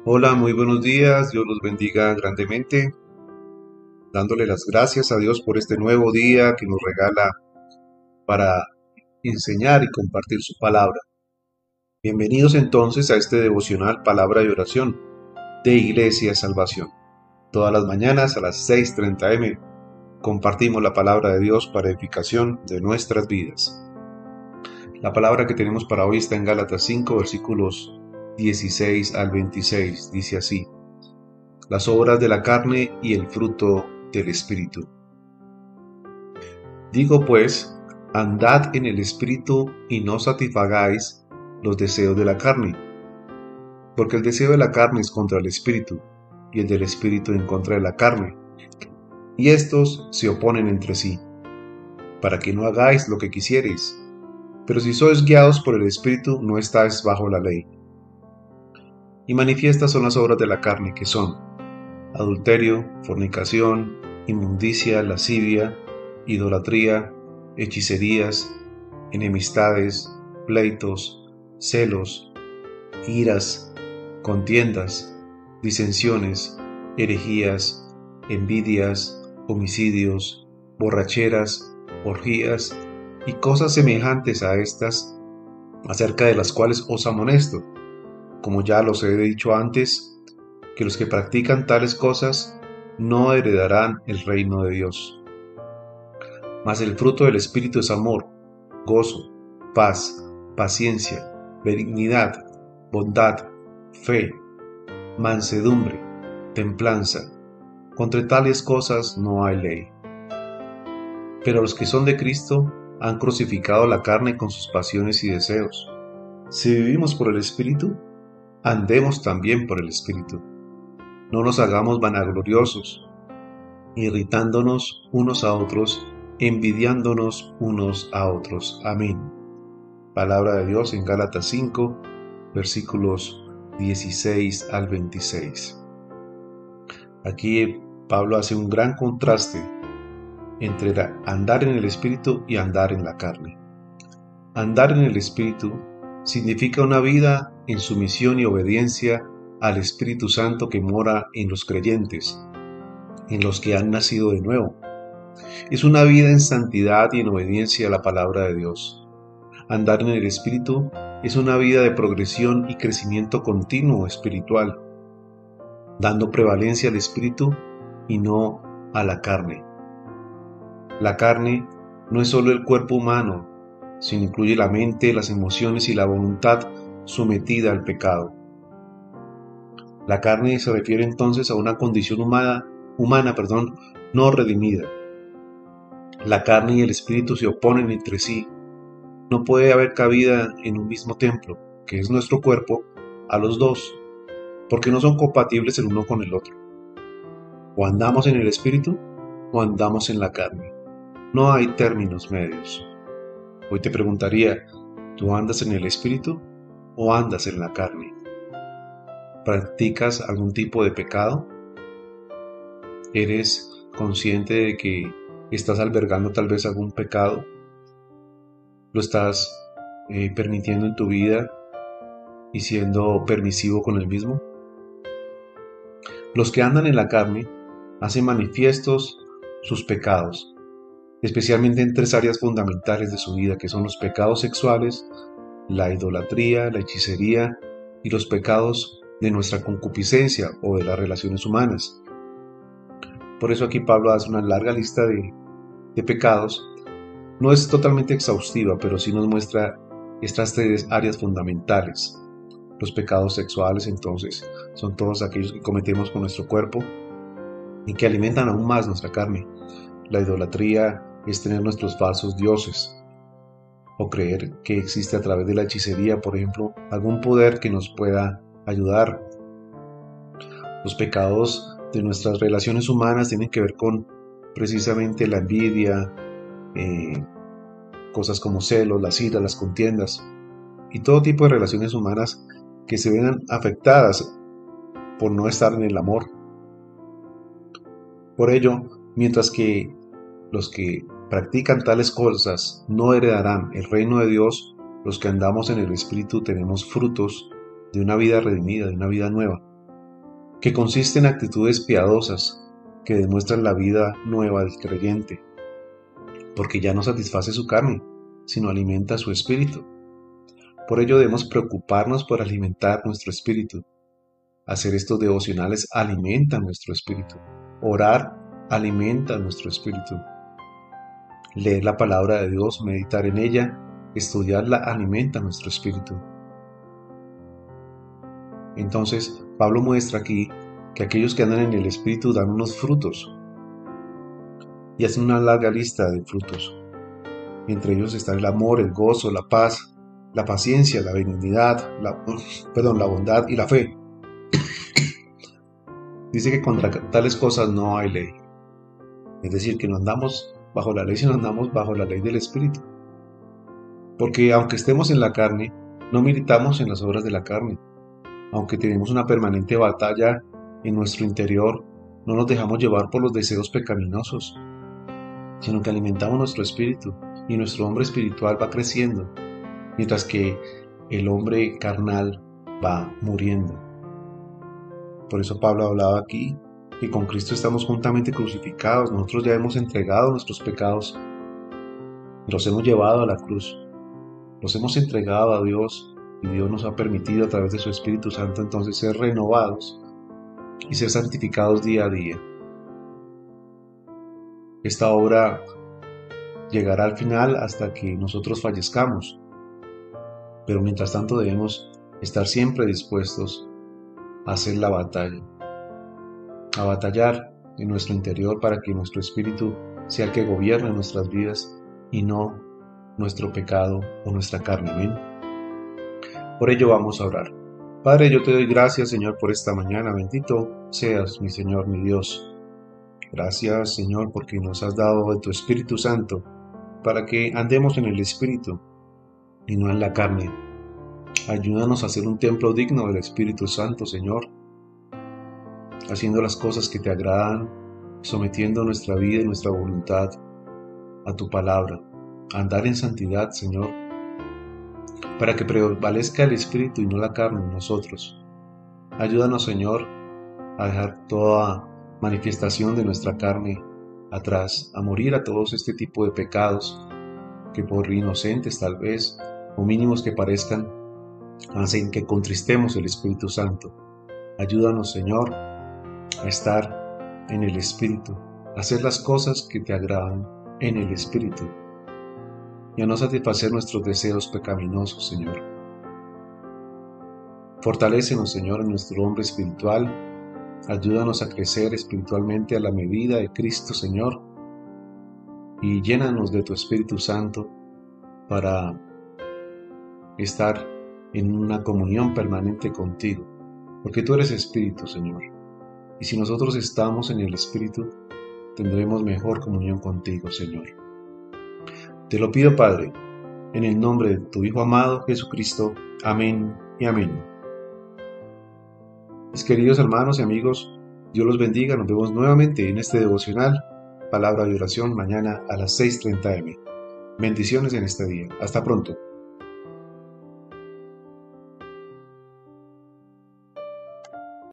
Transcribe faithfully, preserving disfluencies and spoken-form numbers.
Hola, muy buenos días. Dios los bendiga grandemente, dándole las gracias a Dios por este nuevo día que nos regala para enseñar y compartir su palabra. Bienvenidos entonces a este devocional Palabra y Oración de Iglesia Salvación. Todas las mañanas a las seis y treinta eme compartimos la palabra de Dios para edificación de nuestras vidas. La palabra que tenemos para hoy está en Gálatas cinco, versículos dieciséis al veintiséis. Dice así: las obras de la carne y el fruto del Espíritu. Digo pues, andad en el Espíritu y no satisfagáis los deseos de la carne, porque el deseo de la carne es contra el Espíritu, y el del Espíritu en contra de la carne, y estos se oponen entre sí, para que no hagáis lo que quisiereis. Pero si sois guiados por el Espíritu, no estáis bajo la ley. Y manifiestas son las obras de la carne, que son adulterio, fornicación, inmundicia, lascivia, idolatría, hechicerías, enemistades, pleitos, celos, iras, contiendas, disensiones, herejías, envidias, homicidios, borracheras, orgías y cosas semejantes a estas, acerca de las cuales os amonesto, como ya los he dicho antes, que los que practican tales cosas no heredarán el reino de Dios. Mas el fruto del Espíritu es amor, gozo, paz, paciencia, benignidad, bondad, fe, mansedumbre, templanza. Contra tales cosas no hay ley. Pero los que son de Cristo han crucificado la carne con sus pasiones y deseos. Si vivimos por el Espíritu, andemos también por el Espíritu. No nos hagamos vanagloriosos, irritándonos unos a otros, envidiándonos unos a otros. Amén. Palabra de Dios en Gálatas cinco, versículos dieciséis al veintiséis. Aquí Pablo hace un gran contraste entre andar en el Espíritu y andar en la carne. Andar en el Espíritu significa una vida en sumisión y obediencia al Espíritu Santo que mora en los creyentes, en los que han nacido de nuevo. Es una vida en santidad y en obediencia a la palabra de Dios. Andar en el Espíritu es una vida de progresión y crecimiento continuo espiritual, dando prevalencia al Espíritu y no a la carne. La carne no es solo el cuerpo humano, sino incluye la mente, las emociones y la voluntad sometida al pecado. La carne se refiere entonces a una condición humana, humana perdón, no redimida. La carne y el espíritu se oponen entre sí. No puede haber cabida en un mismo templo, que es nuestro cuerpo, a los dos, porque no son compatibles el uno con el otro. O andamos en el espíritu o andamos en la carne. No hay términos medios. Hoy te preguntaría, ¿tú andas en el espíritu o andas en la carne? ¿Practicas algún tipo de pecado? ¿Eres consciente de que estás albergando tal vez algún pecado? ¿Lo estás eh, permitiendo en tu vida y siendo permisivo con el mismo? Los que andan en la carne hacen manifiestos sus pecados, especialmente en tres áreas fundamentales de su vida, que son los pecados sexuales, la idolatría, la hechicería y los pecados de nuestra concupiscencia o de las relaciones humanas. Por eso aquí Pablo hace una larga lista de, de pecados. No es totalmente exhaustiva, pero sí nos muestra estas tres áreas fundamentales. Los pecados sexuales, entonces, son todos aquellos que cometemos con nuestro cuerpo y que alimentan aún más nuestra carne. La idolatría es tener nuestros falsos dioses, o creer que existe a través de la hechicería, por ejemplo, algún poder que nos pueda ayudar. Los pecados de nuestras relaciones humanas tienen que ver con precisamente la envidia, eh, cosas como celos, las iras, las contiendas y todo tipo de relaciones humanas que se ven afectadas por no estar en el amor. Por ello, mientras que los que practican tales cosas no heredarán el reino de Dios, los que andamos en el Espíritu tenemos frutos de una vida redimida, de una vida nueva. que consiste en actitudes piadosas que demuestran la vida nueva del creyente, porque ya no satisface su carne, sino alimenta su espíritu. Por ello debemos preocuparnos por alimentar nuestro espíritu. Hacer estos devocionales alimenta nuestro espíritu. Orar alimenta nuestro espíritu. Leer la palabra de Dios, meditar en ella, estudiarla alimenta nuestro espíritu. Entonces, Pablo muestra aquí que aquellos que andan en el espíritu dan unos frutos y hacen una larga lista de frutos. Entre ellos están el amor, el gozo, la paz, la paciencia, la benignidad, la, perdón, la bondad y la fe. Dice que contra tales cosas no hay ley. Es decir, que no andamos bajo la ley, sino andamos bajo la ley del Espíritu. Porque aunque estemos en la carne, no militamos en las obras de la carne. Aunque tenemos una permanente batalla en nuestro interior, no nos dejamos llevar por los deseos pecaminosos, sino que alimentamos nuestro espíritu y nuestro hombre espiritual va creciendo, mientras que el hombre carnal va muriendo. Por eso Pablo hablaba aquí que con Cristo estamos juntamente crucificados. Nosotros ya hemos entregado nuestros pecados, los hemos llevado a la cruz, los hemos entregado a Dios y Dios nos ha permitido a través de su Espíritu Santo entonces ser renovados y ser santificados día a día. Esta obra llegará al final hasta que nosotros fallezcamos, pero mientras tanto debemos estar siempre dispuestos a hacer la batalla, a batallar en nuestro interior para que nuestro espíritu sea el que gobierne nuestras vidas y no nuestro pecado o nuestra carne. Amén. Por ello vamos a orar. Padre, yo te doy gracias, Señor, por esta mañana. Bendito seas, mi Señor, mi Dios. Gracias, Señor, porque nos has dado de tu Espíritu Santo para que andemos en el Espíritu y no en la carne. Ayúdanos a ser un templo digno del Espíritu Santo, Señor, haciendo las cosas que te agradan, sometiendo nuestra vida y nuestra voluntad a tu palabra, andar en santidad, Señor, para que prevalezca el Espíritu y no la carne en nosotros. Ayúdanos, Señor, a dejar toda manifestación de nuestra carne atrás, a morir a todos este tipo de pecados que por inocentes tal vez, o mínimos que parezcan, hacen que contristemos el Espíritu Santo. Ayúdanos, Señor, a estar en el Espíritu, a hacer las cosas que te agradan en el Espíritu y a no satisfacer nuestros deseos pecaminosos, Señor. Fortalécenos, Señor, en nuestro hombre espiritual. Ayúdanos a crecer espiritualmente a la medida de Cristo, Señor, y llénanos de tu Espíritu Santo para estar en una comunión permanente contigo, porque tú eres Espíritu, Señor, y si nosotros estamos en el Espíritu, tendremos mejor comunión contigo, Señor. Te lo pido, Padre, en el nombre de tu Hijo amado, Jesucristo. Amén y amén. Mis queridos hermanos y amigos, Dios los bendiga. Nos vemos nuevamente en este devocional, palabra de oración, mañana a las seis treinta eme. Bendiciones en este día. Hasta pronto.